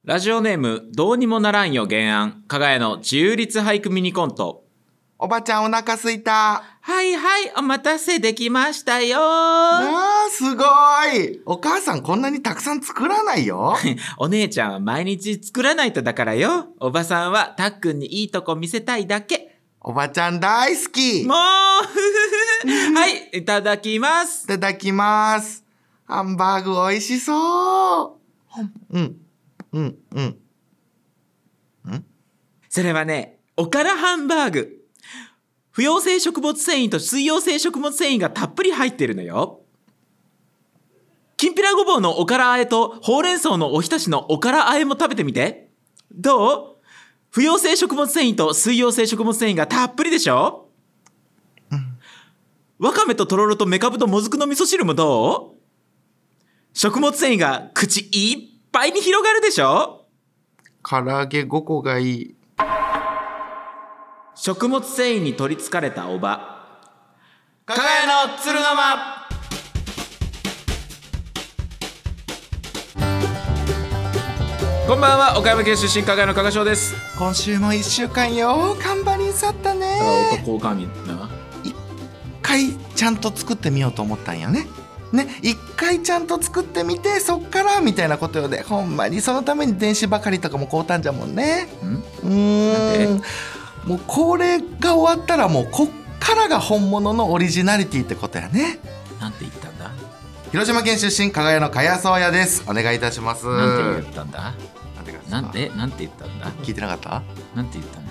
ラジオネームどうにもならんよ原案かがやの自由律俳句ミニコント。 おばちゃんお腹すいた。 はいはいお待たせできましたよすごい。お母さんこんなにたくさん作らないよ。 お姉ちゃんは毎日作らないとだからよ。おばさんはたっくんにいいとこ見せたいだけ。 おばちゃん大好き。 もうはいいただきます。 いただきます。ハンバーグ美味しそう。 それはね、おからハンバーグ。不溶性食物繊維と水溶性食物繊維がたっぷり入ってるのよ。きんぴらごぼうのおからあえとほうれん草のおひたしのおからあえも食べてみて。どう？不溶性食物繊維と水溶性食物繊維がたっぷりでしょ？わかめととろろとめかぶともずくの味噌汁もどう？食物繊維が口いっぱいに広がるでしょ？ 唐揚げ5個がいい。 食物繊維に取りつかれたおば。かがやの鶴の間。こんばんは、岡山県出身かがやのかがしょうです。 今週も1週間よ頑張りんさったね。 男神な。 一回ちゃんと作ってみようと思ったんやね。一回ちゃんと作ってみてそっからみたいなことよで、ほんまにそのために電子ばかりとかも買うたんじゃもんね。なんでもうこれが終わったらもうこっからが本物のオリジナリティってことやね。 なんて言ったんだ？ 広島県出身かがやのかやそうやです。お願いいたします。 なんて言ったんだ？なんて言ったんだ？ 聞いてなかった？ なんて言ったんだ？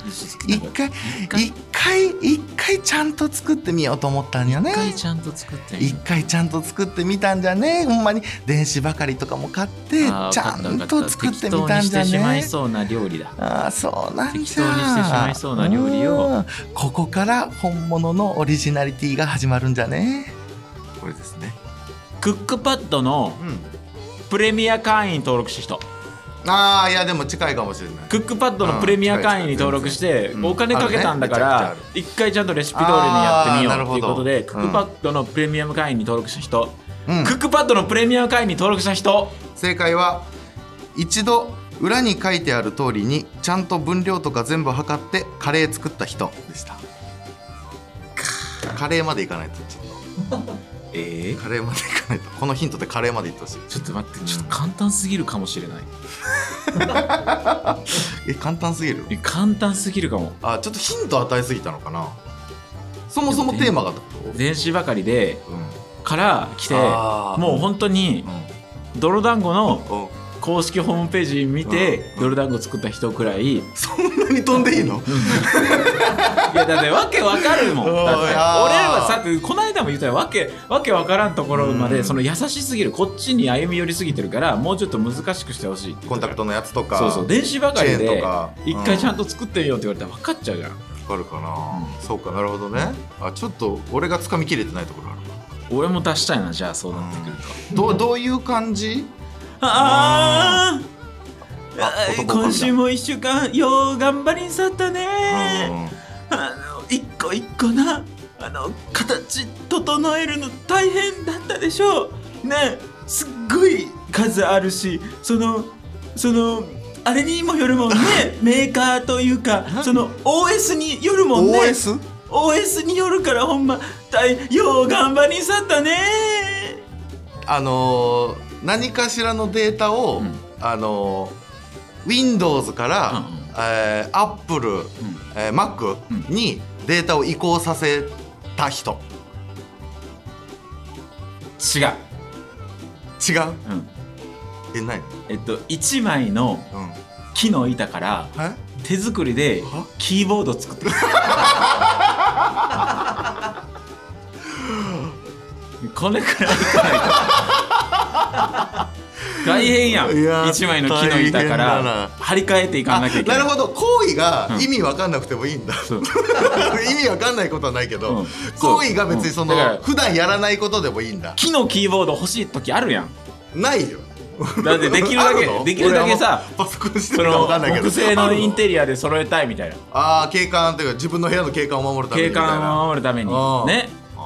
一回ちゃんと作ってみようと思ったんやね。 一回ちゃんと作ってみたんじゃね。ほんまに電子ばかりとかも買ってちゃんと作ってみたんじゃね。 適当にしてしまいそうな料理だ。 そうなんじゃ。 適当にしてしまいそうな料理を。 ここから本物のオリジナリティが始まるんじゃね。これですね。 クックパッドのプレミア会員登録した人。 いやでも近いかもしれない。 クックパッドのプレミア会員に登録してお金かけたんだから一回ちゃんとレシピ通りにやってみようっていうことで、クックパッドのプレミアム会員に登録した人、クックパッドのプレミアム会員に登録した人。 正解は一度裏に書いてある通りにちゃんと分量とか全部測ってカレー作った人でした。カレーまでいかないとちょっとカレーまでいかないと、このヒントでカレーまでいってほしい。 ちょっと待って、ちょっと簡単すぎるかもしれない。 簡単すぎる？ 簡単すぎるかも。 ちょっとヒント与えすぎたのかな。そもそもテーマがってこと？ 電子ばかりで、から来てもう本当に泥団子の公式ホームページ見て泥団子作った人くらい。 そんなに飛んでいいの？ いやだってわけわかるもん。だって俺はさこの間も言ったよ。わけわからんところまでその優しすぎる、こっちに歩み寄りすぎてるからもうちょっと難しくしてほしいって。 コンタクトのやつとかそう電子ばかりで一回ちゃんと作ってみようって言われたら分かっちゃうじゃん。 分かるかな、そうかなるほどね。ちょっと俺が掴みきれてないところある。 俺も出したいな。じゃあそうなってくると、どういう感じ？ 今週も1週間よう頑張りんさったね。一個一個な形整えるの大変だったでしょうね。すっごい数あるし、そのあれにもよるもんね。メーカーというかその OS によるもんね。 OS によるからほんまよう頑張りんさったね。 何かしらのデータを、Windows から、Apple、Mac にデータを移行させた人。 違う、 何 1枚の木の板から手作りでキーボード作ってる。これくらいいかないと大変やん。1枚の木の板から張り替えていかなきゃいけない。 なるほど、行為が意味わかんなくてもいいんだ。意味わかんないことはないけど、行為が別にその普段やらないことでもいいんだ。 木のキーボード欲しい時あるやん。 ないよ。 だってできるだけさ、 パソコンしてるかわかんないけど、 木製のインテリアで揃えたいみたいな。 景観というか自分の部屋の景観を守るために。 景観を守るためにね。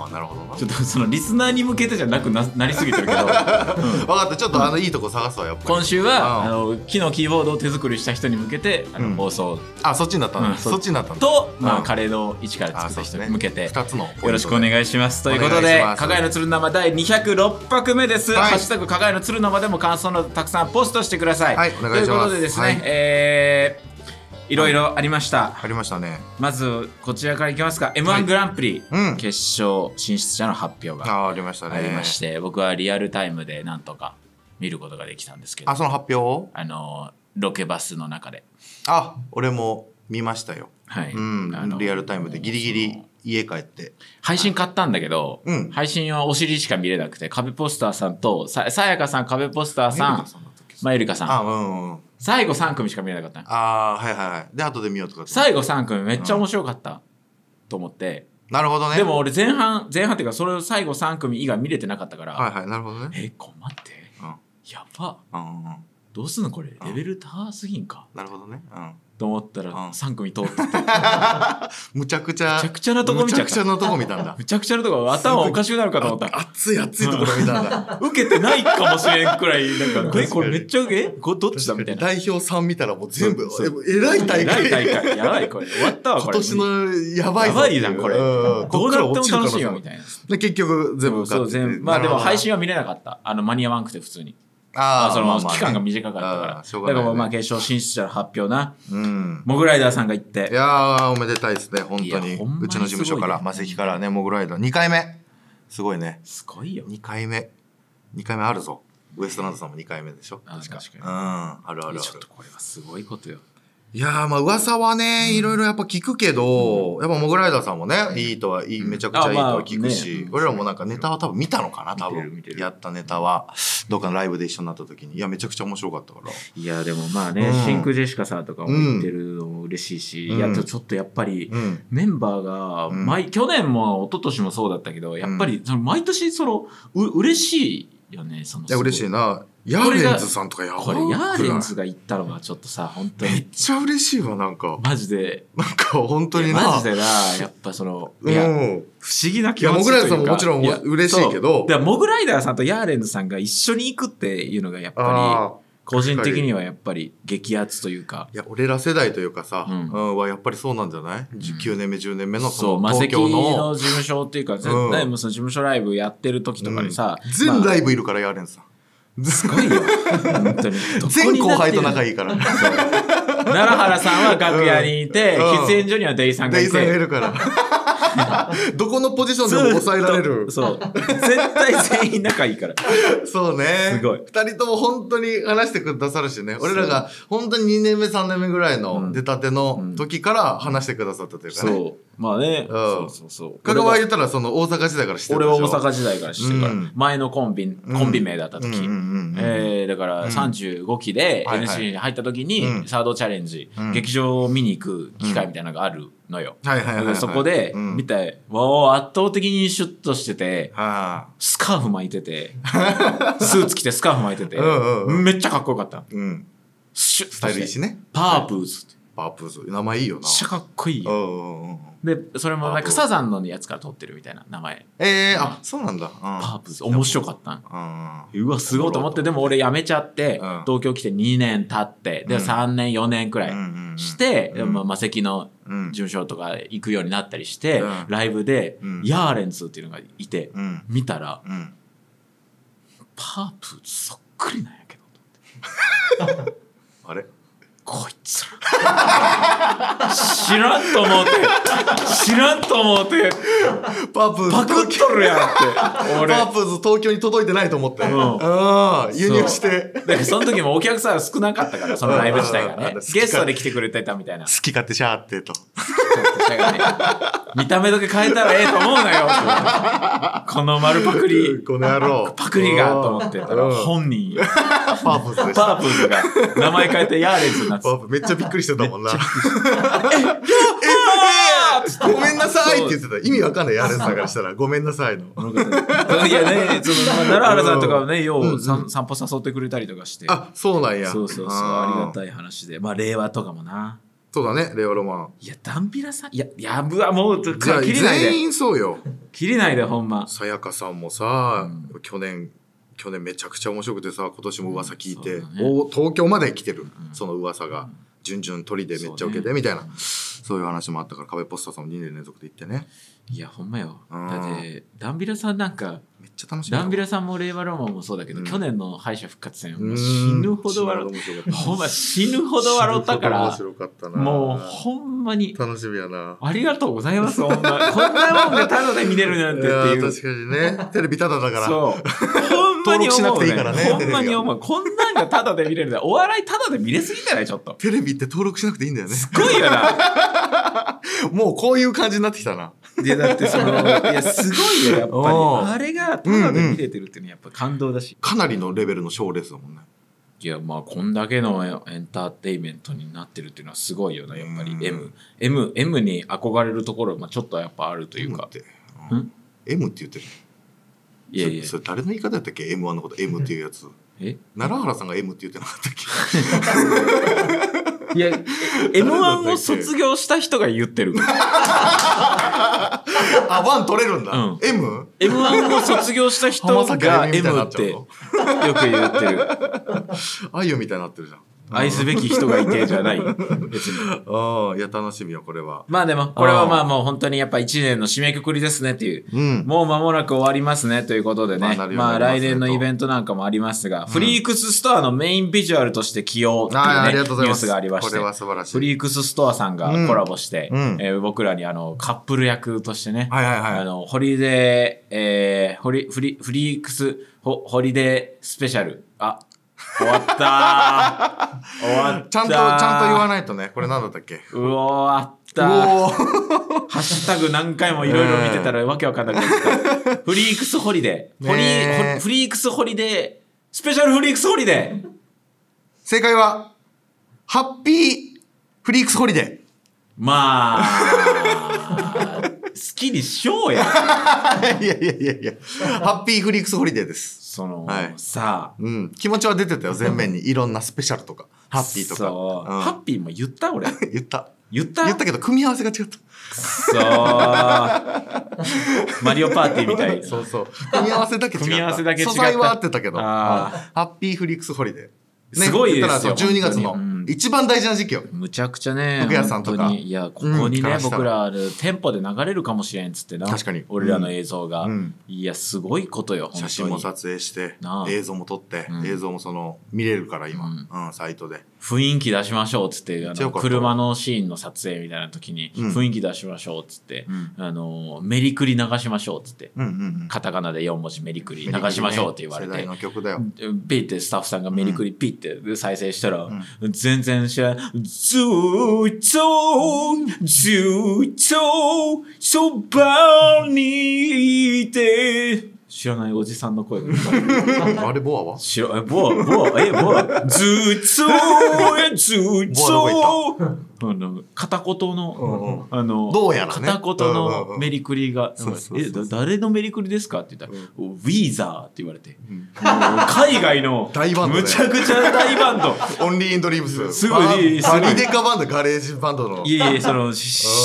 あなるほどな。 ちょっとそのリスナーに向けてじゃなく なりすぎてるけど分かった、ちょっといいとこ探すわやっぱり。 今週は木のキーボードを手作りした人に向けて放送、 そっちになったんだ、そっちになったんだと、カレーの一から作った人に向けて 2つのよろしくお願いしますということで、かがやの鶴生第206拍目です。ハッシュタグかがやの鶴生でも感想のたくさんポストしてください。 はい、お願いします。 ということでですね、いろいろありました。 ありましたね。 まずこちらからいきますか。M1 グランプリ決勝進出者の発表がありましたね。 ありまして、僕はリアルタイムでなんとか見ることができたんですけど、 その発表をロケバスの中で俺も見ましたよ。 はい、 リアルタイムでギリギリ家帰って配信買ったんだけど、配信はお尻しか見れなくて、壁ポスターさんとさやかさん、壁ポスターさん、ゆりかさん、最後3組しか見れなかった。 はいはいはい。で後で見ようとか。 最後3組めっちゃ面白かったと思って。 なるほどね。 でも俺前半っていうかそれを最後3組以外見れてなかったから、 はいはい、なるほどね。 困って、やば、どうすんのこれ、レベル高すぎんか。 なるほどね。 と思ったら3組通っててむちゃくちゃなとこ見ちゃった。 むちゃくちゃなとこ見たんだ。 むちゃくちゃなとこ、頭おかしくなるかと思った。 熱いところ見たんだ。 受けてないかもしれんくらい、なんかこれめっちゃどっちだみたいな。 代表3見たらもう全部えらい大会。 やばい、これ終わったわこれ。 今年のやばいぞ。 やばいじゃんこれ。どうなっても楽しいよみたいな。 で結局全部そう全部。まあでも配信は見れなかった。間に合わんくて普通に。その期間が短かったから。だからまあ決勝進出者の発表な。モグライダーさんが言って。 いやおめでたいですね本当に。うちの事務所からマセキからね、モグライダー2回目。すごいね。 すごいよ。 2回目あるぞ。ウエストランドさんも2回目でしょ。 確かに。 あるある。 ちょっとこれはすごいことよ。 いやーまあ噂はねいろいろやっぱ聞くけど、やっぱモグライダーさんもねいいとはめちゃくちゃいいとは聞くし、俺らもなんかネタは多分見たのかな、多分やったネタはどっかのライブで一緒になった時に、いやめちゃくちゃ面白かったから。 いやでもまあね、真空ジェシカさんとかも言ってるのも嬉しいし、いやちょっとやっぱりメンバーが去年も一昨年もそうだったけど、やっぱり毎年嬉しいよね。 いや嬉しいな。ヤーレンズさんとかやばい。 これヤーレンズが言ったのがちょっとさ本当にめっちゃ嬉しいわ。なんかマジでなんか本当になマジでな、やっぱいや不思議な気持ちというか。 モグライダーさんももちろん嬉しいけど、 モグライダーさんとヤーレンズさんが一緒に行くっていうのがやっぱり個人的にはやっぱり激アツというか。 いや俺ら世代というかさ、はやっぱりそうなんじゃない？9年目10年目のその東京の事務所っていうか、その事務所ライブやってる時とかにさ、 全ライブいるからヤーレンズさんすごいよ本当に。 全後輩と仲いいから。 奈良原さんは楽屋にいて、喫煙所にはデイさんがいて。 デイさんがいるから。どこのポジションでも抑えられる。 そう絶対全員仲いいから。 そうね。 すごい。 2人とも本当に話してくださるしね。俺らが本当に2年目3年目ぐらいの出たての時から話してくださったというかね。 そうまあね。そう香川言ったらその大阪時代から知ってるでしょ。 俺は大阪時代から知ってるから、前のコンビ名だった時、だから35期で NC に入った時にサードチャレンジ、劇場を見に行く機会みたいなのがあるのよ。そこで見て、圧倒的にシュッとしてて、スカーフ巻いてて、スーツ着てスカーフ巻いてて、めっちゃかっこよかった。 シュッスタイルいいしね。 パープーズって。 パープーズ名前いいよな。 めっちゃかっこいいよ。でそれもなんかサザンのやつから取ってるみたいな名前。 そうなんだ。 パープーズ面白かったうわすごいと思って。でも俺辞めちゃって東京来て2年経ってで3年4年くらいしてマセキの事務所とか行くようになったりしてライブでヤーレンズっていうのがいて見たらパープーズそっくりなんやけど。 あれこいつら知らんと思ってパープーズパクっとるやんって俺パープーズ東京に届いてないと思って輸入してでその時もお客さん少なかったからそのライブ自体がねゲストで来てくれてたみたいな。 好き勝手しゃーってと見た目だけ変えたらええと思うなよこの丸パクリこの野郎パクリがと思ってたら本人パープーズでした。 パープーズが名前変えてヤーレンズになってめっちゃびっくりしてたもんな。ごめんなさいって言ってた。意味わかんないヤーレンズさんからしたらごめんなさいの。 いやね、奈良原さんとかはねよう散歩誘ってくれたりとかして。 そうなんや。 そうありがたい話で。まあ令和とかもな。 そうだね、令和ロマン。 いやダンビラさん、いやぶわ、もうじゃあ切りないで、 全員そうよ。 切りないでほんま。 さやかさんもさ、去年めちゃくちゃ面白くてさ、今年も噂聞いて、東京まで来てる、その噂が順々鳥でめっちゃ受けてみたいな、そういう話もあったから、壁ポスターさんも2年連続で行ってね。 いやほんまよ。だってダンビラさんなんかめっちゃ楽しみ。 ダンビラさんも令和ロマンもそうだけど、去年の敗者復活戦もう死ぬほど笑った。ほんま死ぬほど笑ったから、 面白かったな。 もうほんまに楽しみやな。 ありがとうございます。ほんまこんなもんでタダで見れるなんてっていう。 確かにね、テレビタダだから。 そうほんまに思うね。 登録しなくていいからね。 ほんまに思う。こんなんがタダで見れるんだ。お笑いタダで見れすぎじゃないちょっと。 テレビって登録しなくていいんだよね。 すごいよな。 もうこういう感じになってきたな。 でだってそのいやすごいよやっぱりあれがタダで見れてるっていうのはやっぱ感動だし、 かなりのレベルの賞レースだもんね。 いやまあこんだけのエンターテインメントになってるっていうのはすごいよなやっぱり。 M に憧れるところ、まあ、ちょっとやっぱあるというか。 M って、M って言ってる。 いやいやそれ誰の言い方やったっけ、 M1 のこと M っていうやつ。奈良原さんが M って言ってなかったっけ。 いや M1 を卒業した人が言ってる。 あ、1取れるんだ、M？M1 を卒業した人が M ってよく言ってる。 あゆみたいになってるじゃん。 愛すべき人がいてじゃない別に。 ああ、いや楽しみよこれは。 まあでもこれはまあもう本当にやっぱ1年の締めくくりですねっていう、もう間もなく終わりますねということでね、まあ来年のイベントなんかもありますが、フリークスストアのメインビジュアルとして起用っていうねニュースがありまして、 これは素晴らしい。 フリークスストアさんがコラボして、僕らにカップル役としてね、ホリデー、フリークスホリデースペシャル、終わったー終わったー、 ちゃんと言わないとね。これ何だったっけ。 終わったーハッシュタグ何回もいろいろ見てたらわけわかんなくなってた。フリークスホリデー、フリークスホリデースペシャルフリークスホリデー。 正解はハッピーフリークスホリデー。 まあ好きにしようや。 いやハッピーフリークスホリデーです。 さあ、 気持ちは出てたよ前面に。いろんなスペシャルとかハッピーとか。 ハッピーも言った俺。 言ったけど組み合わせが違った。 マリオパーティーみたい。 そう組み合わせだけ違った。素材は合ってたけど。ハッピーフリークスホリデー。 すごいですよ。 12月の一番大事な時期よ。 むちゃくちゃね。 服屋さんとか。 いや、ここにね、僕ら店舗で流れるかもしれんっつってな。 確かに。 俺らの映像が。いや、すごいことよ。 写真も撮影して、映像も撮って、映像も見れるから今、サイトで。 雰囲気出しましょうっつって、車のシーンの撮影みたいな時に、雰囲気出しましょうっつって、メリクリ流しましょうっつって、カタカナで4文字メリクリ流しましょうって言われて、 世代の曲だよ。 ピッてスタッフさんがメリクリピッて再生したら、全然知らない。ずっとそばにいて、知らないおじさんの声があれボアはボアずっと片言のどうやらね片言のメリクリが誰のメリクリですかって言ったらウィーザーって言われて、海外のむちゃくちゃ大バンドオンリーインドリームスすごいバリデカバンドガレージバンドのいやその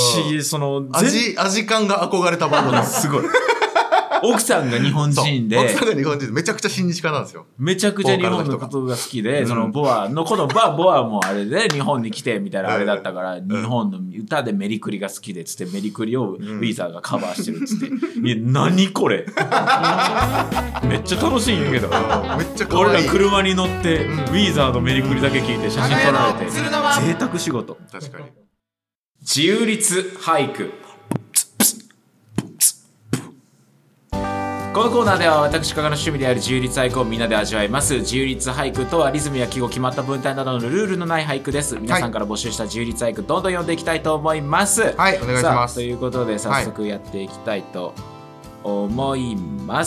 味感が憧れたバンドですすごい奥さんが日本人で、 奥さんが日本人でめちゃくちゃ親日家なんですよ。 めちゃくちゃ日本のことが好きで、そのボアのこのボアもあれで日本に来てみたいなあれだったから、日本の歌でメリクリが好きでつってメリクリをウィーザーがカバーしてるっつって、いや何これめっちゃ楽しいんやけど、 めっちゃ可愛い。 俺ら車に乗ってウィーザーのメリクリだけ聞いて写真撮られて贅沢仕事。 確かに。 自由律俳句。このコーナーでは私加賀の趣味である自由律俳句をみんなで味わいます。自由律俳句とはリズムや記号決まった文体などのルールのない俳句です。皆さんから募集した自由律俳句どんどん読んでいきたいと思います。 はい、お願いします。 ということで早速やっていきたいと思います、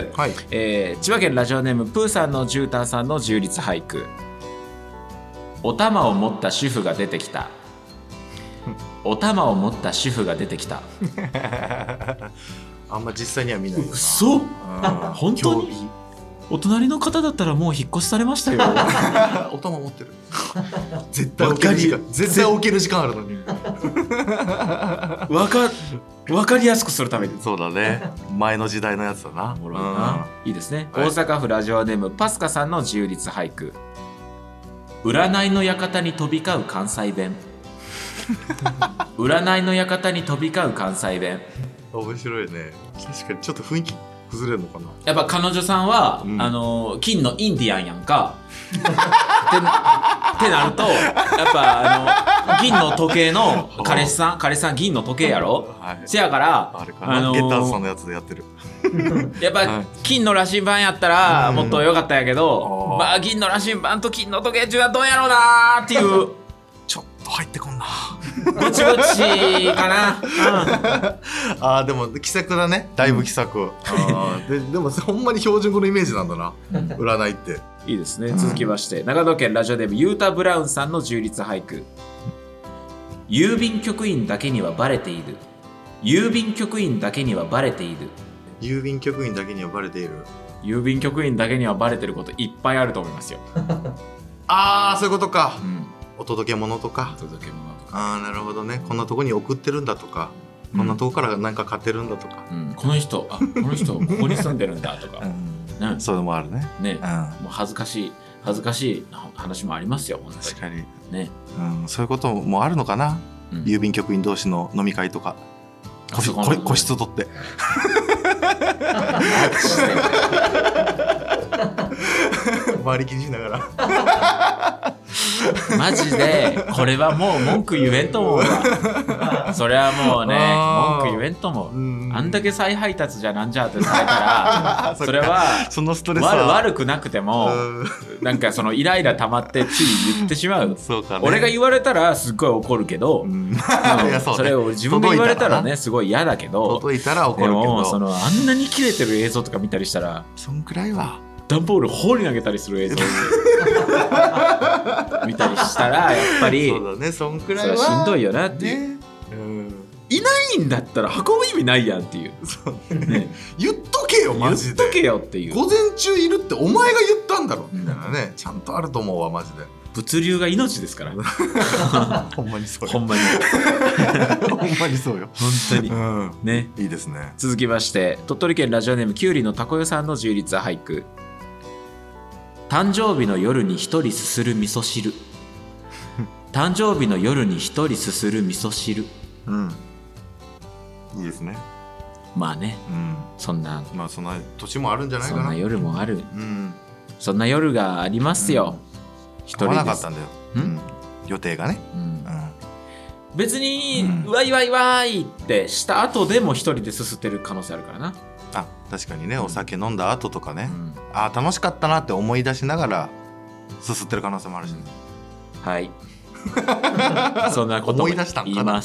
はい。 千葉県ラジオネームプーさんのジューターさんの自由律俳句。お玉を持った主婦が出てきた。お玉を持った主婦が出てきた。 あんま実際には見ないよな。 嘘？本当に？ お隣の方だったらもう引っ越しされましたよ。 お玉持ってる。絶対置ける時間あるのに。 わかりやすくするために。 そうだね。前の時代のやつだな。 おもろいな。いいですね。大阪府ラジオネームパスカさんの自由律俳句。占いの館に飛び交う関西弁。占いの館に飛び交う関西弁。 面白いね。確かにちょっと雰囲気崩れるのかな。 やっぱ彼女さんは、金のインディアンやんか。ってなるとやっぱ銀の時計の彼氏さん銀の時計やろ、はい、せやからあれかな、ゲッターズさんのやつでやってる。 やっぱ金の羅針盤やったらもっと良かったんやけど、まあ銀の羅針盤と金の時計っていうのはどうやろうなーっていうちょっと入ってこんなぼちぼちかな、 あでも気さくだね、だいぶ気さく、でもほんまに標準語のイメージなんだな、占いっていいですね。続きまして、長野県ラジオネームユータ・ブラウンさんの充実俳句。郵便局員だけにはバレている。郵便局員だけにはバレている。 郵便局員だけにはバレている。 郵便局員だけにはバレてることいっぱいあると思いますよ。 ああそういうことか、お届け物とか。 お届け物とか。 ああなるほどね。こんなとこに送ってるんだとか、こんなとこから何か買ってるんだとか、 この人ここに住んでるんだとか、 そういうのもあるね。 もう恥ずかしい話もありますよ。 確かにね、 そういうこともあるのかな、郵便局員同士の飲み会とか、個室取って周り気にしながらマジでこれはもう文句言えんと思うわ。それはもうね文句言えんと思う。あんだけ再配達じゃなんじゃってされたらそれはそのストレスは悪くなくてもなんかそのイライラ溜まってつい言ってしまう。 そうかね、 俺が言われたらすっごい怒るけど、それを自分が言われたらねすごい嫌だけど、 届いたら怒るけど、 でもそのあんなに切れてる映像とか見たりしたらそんくらいは段ボール放り投げたりする映像見たりしたらやっぱりそうだね、そんくらいはしんどいよなっていう、いないんだったら運ぶ意味ないやんっていう、ね、 言っとけよマジで、 言っとけよっていう、 午前中いるってお前が言ったんだろみたいなね、ちゃんとあると思うわマジで。 物流が命ですからほんまにそうよ、 ほんまにほんまにそうよ本当に、ね、 いいですね。 続きまして鳥取県ラジオネームきゅうりのたこよさんの充実俳句。誕生日の夜に一人すする味噌汁。誕生日の夜に一人すする味噌汁。 いいですね。 まあね、そんなそんな年もあるんじゃないかな。 そんな夜もある、そんな夜がありますよ。一人です。 合わなかったんだよ、予定がね、 別に、わいわいわいってした後でも一人ですすってる可能性あるからな。 あ、確かにね、お酒飲んだ後とかね、あ楽しかったなって思い出しながらすすってる可能性もあるしね。 はいそんなことも言います。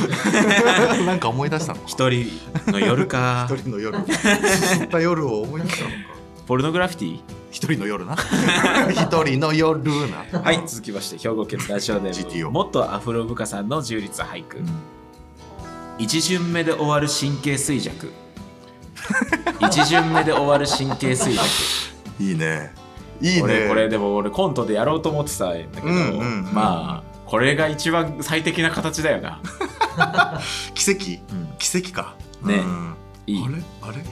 なんか思い出したのか。 一人の夜か一人の夜すすった夜を思い出したのか。 ポルノグラフィティ一人の夜な一人の夜な。 はい、続きまして兵庫県ラジオネーム元アフロブカさんの充実俳句。一巡目で終わる神経衰弱。一巡目で終わる神経衰弱。いいね、いいね。これでも俺コントでやろうと思ってたんだけど、まあこれが一番最適な形だよな。 奇跡、奇跡かね。いい。 あれ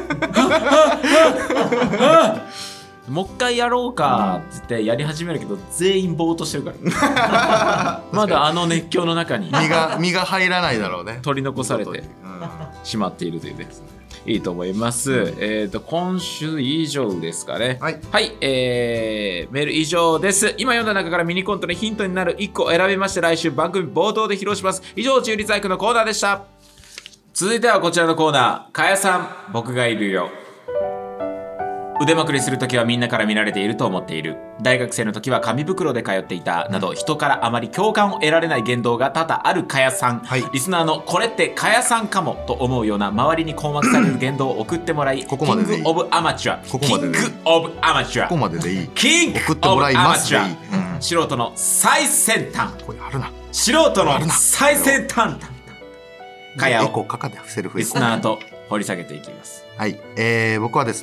もう一回やろうかって言ってやり始めるけど全員ぼーっとしてるからまだあの熱狂の中に身が入らないだろうね。 取り残されてしまっているというね。いいと思います。今週以上ですかね。はい、メール以上です。今読んだ中からミニコントのヒントになる1個を選びまして来週番組冒頭で披露します。以上、充実俳句のコーナーでした。続いてはこちらのコーナー、かやさん僕がいるよ。腕まくりするときはみんなから見られていると思っている。大学生の時は紙袋で通っていたなど、人からあまり共感を得られない言動が多々あるかやさん、リスナーのこれってかやさんかもと思うような周りに困惑される言動を送ってもらい、キングオブアマチュア、キングオブアマチュア、 ここまででいい、 キングオブアマチュア、素人の最先端、素人の最先端かやをリスナーと掘り下げていきます。 はい、僕はですね、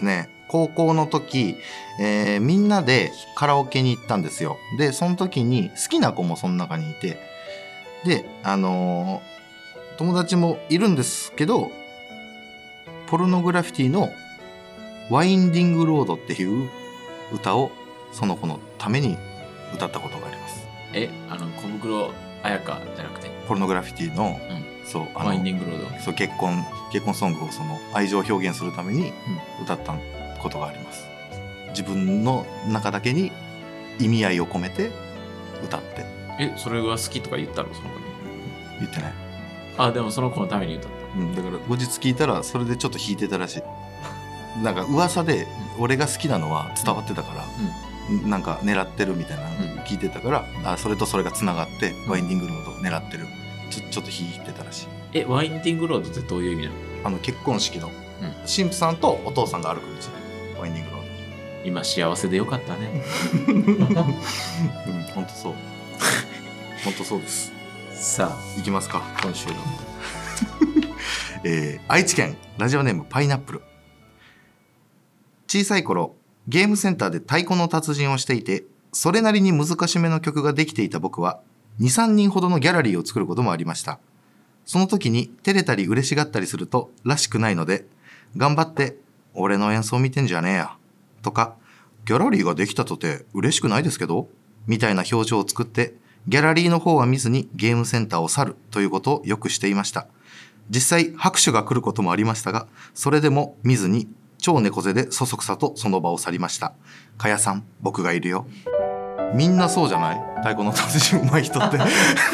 高校の時、みんなでカラオケに行ったんですよ。でその時に好きな子もその中にいて、で友達もいるんですけど、ポルノグラフィティのワインディングロードっていう歌をその子のために歌ったことがあります。 小袋彩香じゃなくてポルノグラフィティの、そうワインディングロード、 そう結婚ソングをその愛情を表現するために歌ったことがあります。自分の中だけに意味合いを込めて歌って。 それが好きとか言ったのその子に？ 言ってない。 でもその子のために歌った。 だから後日聞いたらそれでちょっと弾いてたらしい。なんか噂で俺が好きなのは伝わってたから、なんか狙ってるみたいなの聞いてたから、それとそれがつながってワインディングロード狙ってる、ちょっと弾いてたらしい。 ワインディングロードってどういう意味なの？ 結婚式の神父さんとお父さんが歩く道ね、ワインディングロード。 今幸せでよかったね。 本当そう本当そうです。 さあ行きますか、 今週の愛知県ラジオネームパイナップル。小さい頃ゲームセンターで太鼓の達人をしていて、それなりに難しめの曲ができていた僕は 2,3 人ほどのギャラリーを作ることもありました。その時に照れたり嬉しがったりするとらしくないので、頑張って俺の演奏見てんじゃねえやとか、ギャラリーができたとて嬉しくないですけどみたいな表情を作って、ギャラリーの方は見ずにゲームセンターを去るということをよくしていました。実際拍手が来ることもありましたが、それでも見ずに超猫背でそそくさとその場を去りました。かやさん、僕がいるよ。みんなそうじゃない？太鼓の達人上手い人って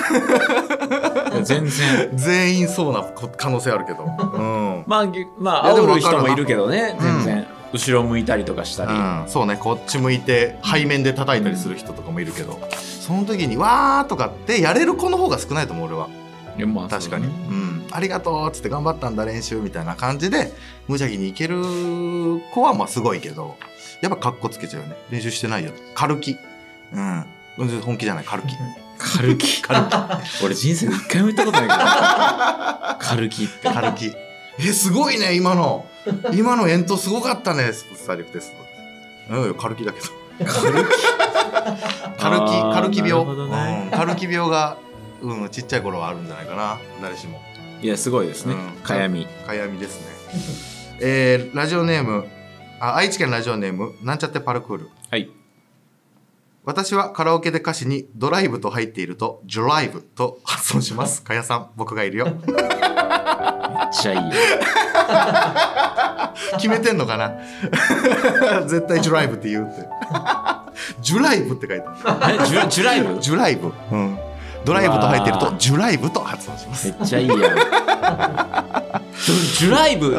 全然全員そうな可能性あるけど、 まあ煽る人もいるけどね、全然、後ろ向いたりとかしたり、 そうね、こっち向いて背面で叩いたりする人とかもいるけど、その時にわーとかってやれる子の方が少ないと思う俺は。確かに、ありがとうっつって頑張ったんだ練習みたいな感じで無邪気にいける子はまあすごいけど、やっぱカッコつけちゃうよね。練習してないよ、軽気。本気じゃない、軽気。 軽気俺人生で一回も言ったことないけど軽気って。 軽気。すごいね、今の演奏すごかったね、スポーツ体力テスト。軽気だけど。軽気病。軽気病がちっちゃい頃はあるんじゃないかな、誰しも。 いやすごいですね、かやみですね。ラジオネーム愛知県ラジオネームなんちゃってパルクール。 はい。 私はカラオケで歌詞にドライブと入っているとジョライブと発音します。かやさん、僕がいるよ。めっちゃいいよ。 決めてんのかな。絶対ジュライブって言うって。ジュライブって書いてある。 ジュライブ？ ジュライブ。ドライブと入ってるとジュライブと発音します。 めっちゃいいやん。ジュライブ。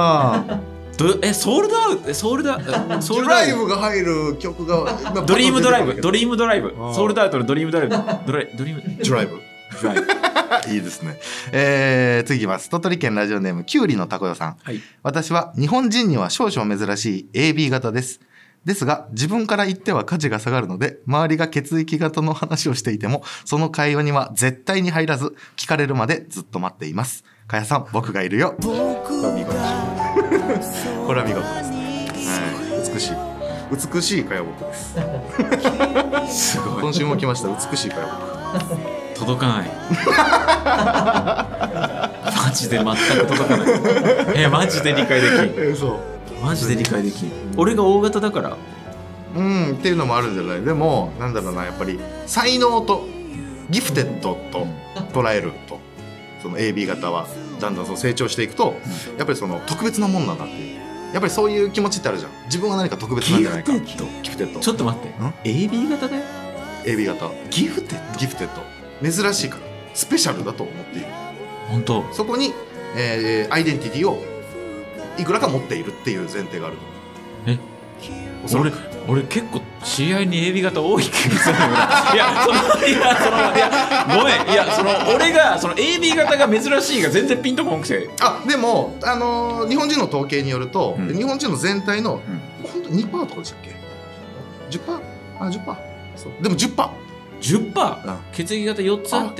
ソールドアウト、ソールドライブが入る曲がドリームドライブ、ソールドアウトのドリームドライブ、ドリームドライブいいですね。次いきます。鳥取県ラジオネームきゅうりのたこよさん、はい、私は日本人には少々珍しい AB 型ですが、自分から言っては価値が下がるので、周りが血液型の話をしていてもその会話には絶対に入らず、聞かれるまでずっと待っています。かやさん、僕がいるよ。これは見事ですね。美しいかや僕です。すごい。今週も来ました、美しいかや僕。 届かない。マジで全く届かない。マジで理解できん。マジで理解できん。俺が大型だから。 っていうのもあるんじゃない。でもなんだろうな、やっぱり才能とギフテッドと捉えると、その AB 型はだんだんその成長していくと、やっぱりその特別なもんなんだっていう、やっぱりそういう気持ちってあるじゃん。自分は何か特別なんじゃないか。ギフテッド。 ちょっと待って。AB 型だよ。 AB 型。ギフテッド。珍しいからスペシャルだと思っている。 本当。 そこに、アイデンティティをいくらか持っているっていう前提があると思う。 俺結構知り合いに AB 型多い気がする。ごめん。俺がその AB 型が珍しいが全然ピンとこんくて。 でも日本人の統計によると、日本人の全体の本当 2% とかでしたっけ？ 10%？ 10%。そう。でも 10%。 10%？ 血液型4つあって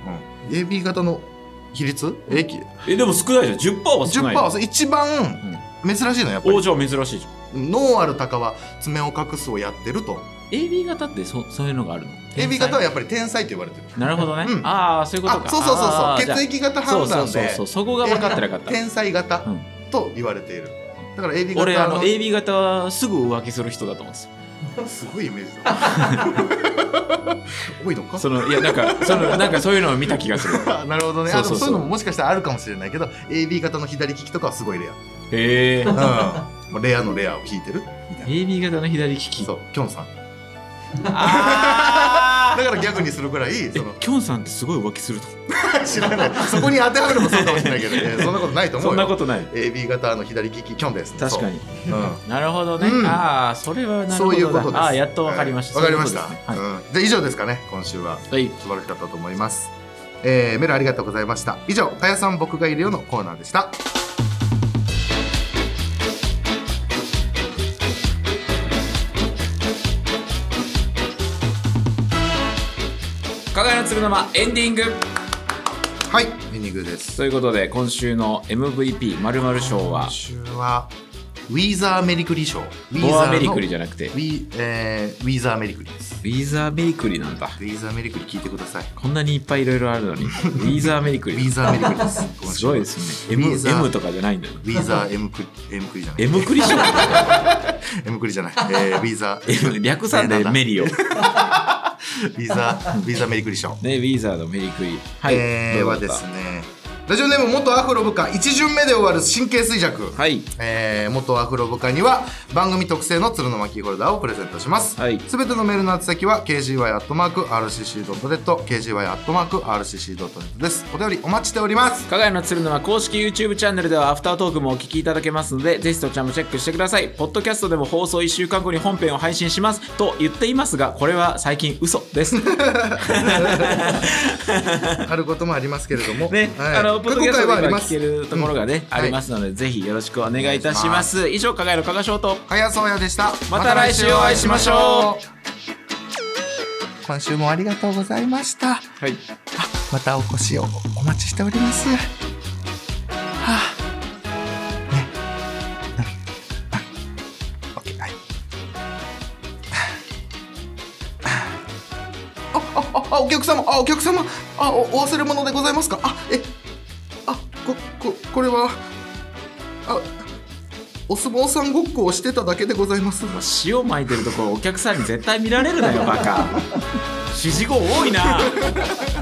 10%。 AB 型の比率？ でも少ないじゃん。10% は少ない。 10%は一番珍しいのやっぱり。 じゃあ珍しいじゃん。 脳ある鷹は爪を隠すをやってると。 AB 型ってそういうのがあるの？ AB 型はやっぱり天才と言われてる。 なるほどね、 うんああそういうことか。 そうそうそうあーそう、血液型判断でそうそこが分かってなかった。 天才型うんと言われている。だから AB 型俺AB 型はすぐ浮気する人だと思うんですよ。 すごいイメージだ多いのか。 いやなんかそういうのを見た気がする。 なるほどね。 そうそうそうそういうのももしかしたらあるかもしれないけど AB 型の左利きとかはすごいレア。 へえ。 もうレアのレアを引いてるみたい AB 型の左利き。 な。そうきょんさんあだから逆にするくらいキョンさんってすごい浮気するの？ 知らないそこに当てはめればそうかもしれないけど、そんなことないと思うよ。 そんなことない。 AB 型の左利ききょんです。 確かに。 そうなるほどね。ああそれはなるほどだ。 そういうことです。 ああやっと分かりました。 わかりました。 そういうことですねじゃあ以上ですかね今週は。 はい。 素晴らしかったと思います。メールありがとうございました。以上かやさん僕がいるよのコーナーでした。 かがやの鶴の間エンディングはいエンディングです。 ということで今週の MVP 〇〇賞は今週はウィーザーメリクリ賞。 ボアメリクリじゃなくてウィーザーメリクリです。 ウィーザーメリクリなんだ。 ウィーザーメリクリ聞いてください。 こんなにいっぱいいろいろあるのにウィーザーメリクリウィーザーメリクリですすごいですね。 ウィーザー M とかじゃないんだよ。 ウィーザー M クリじゃない M クリ賞 M クリじゃない、ウィーザー M 略さんでメリオウィーザーメリクリ賞ね、ウィーザーのメリクリはですね、ラジオネーム元アフロ部下1巡目で終わる神経衰弱。 はい、 元アフロ部下には番組特製の鶴の巻ホルダーをプレゼントします。 はい、 すべてのメールの宛先は kgy@rcc.net kgy@rcc.net です。お便りお待ちしております。 かがやの鶴の間公式 YouTube チャンネルではアフタートークもお聞きいただけますのでぜひそちらもチェックしてください。ポッドキャストでも放送1週間後に本編を配信しますと言っていますがこれは最近嘘ですあることもありますけれどもね、 はい、 ポッドキャストで過去回はあります。 聞けるところがね、ありますので、ぜひよろしくお願いいたします。以上、かがやのかがしょうとかやそうやでした。 また来週お会いしましょう。 今週もありがとうございました。 はい。 またお越しをお待ちしております。はあ、ね、オッケー、はい。お客様、お忘れ物でございますか。これはお相撲さんごっこをしてただけでございます。 塩巻いてるところお客さんに絶対見られるなよバカ。指示語多いな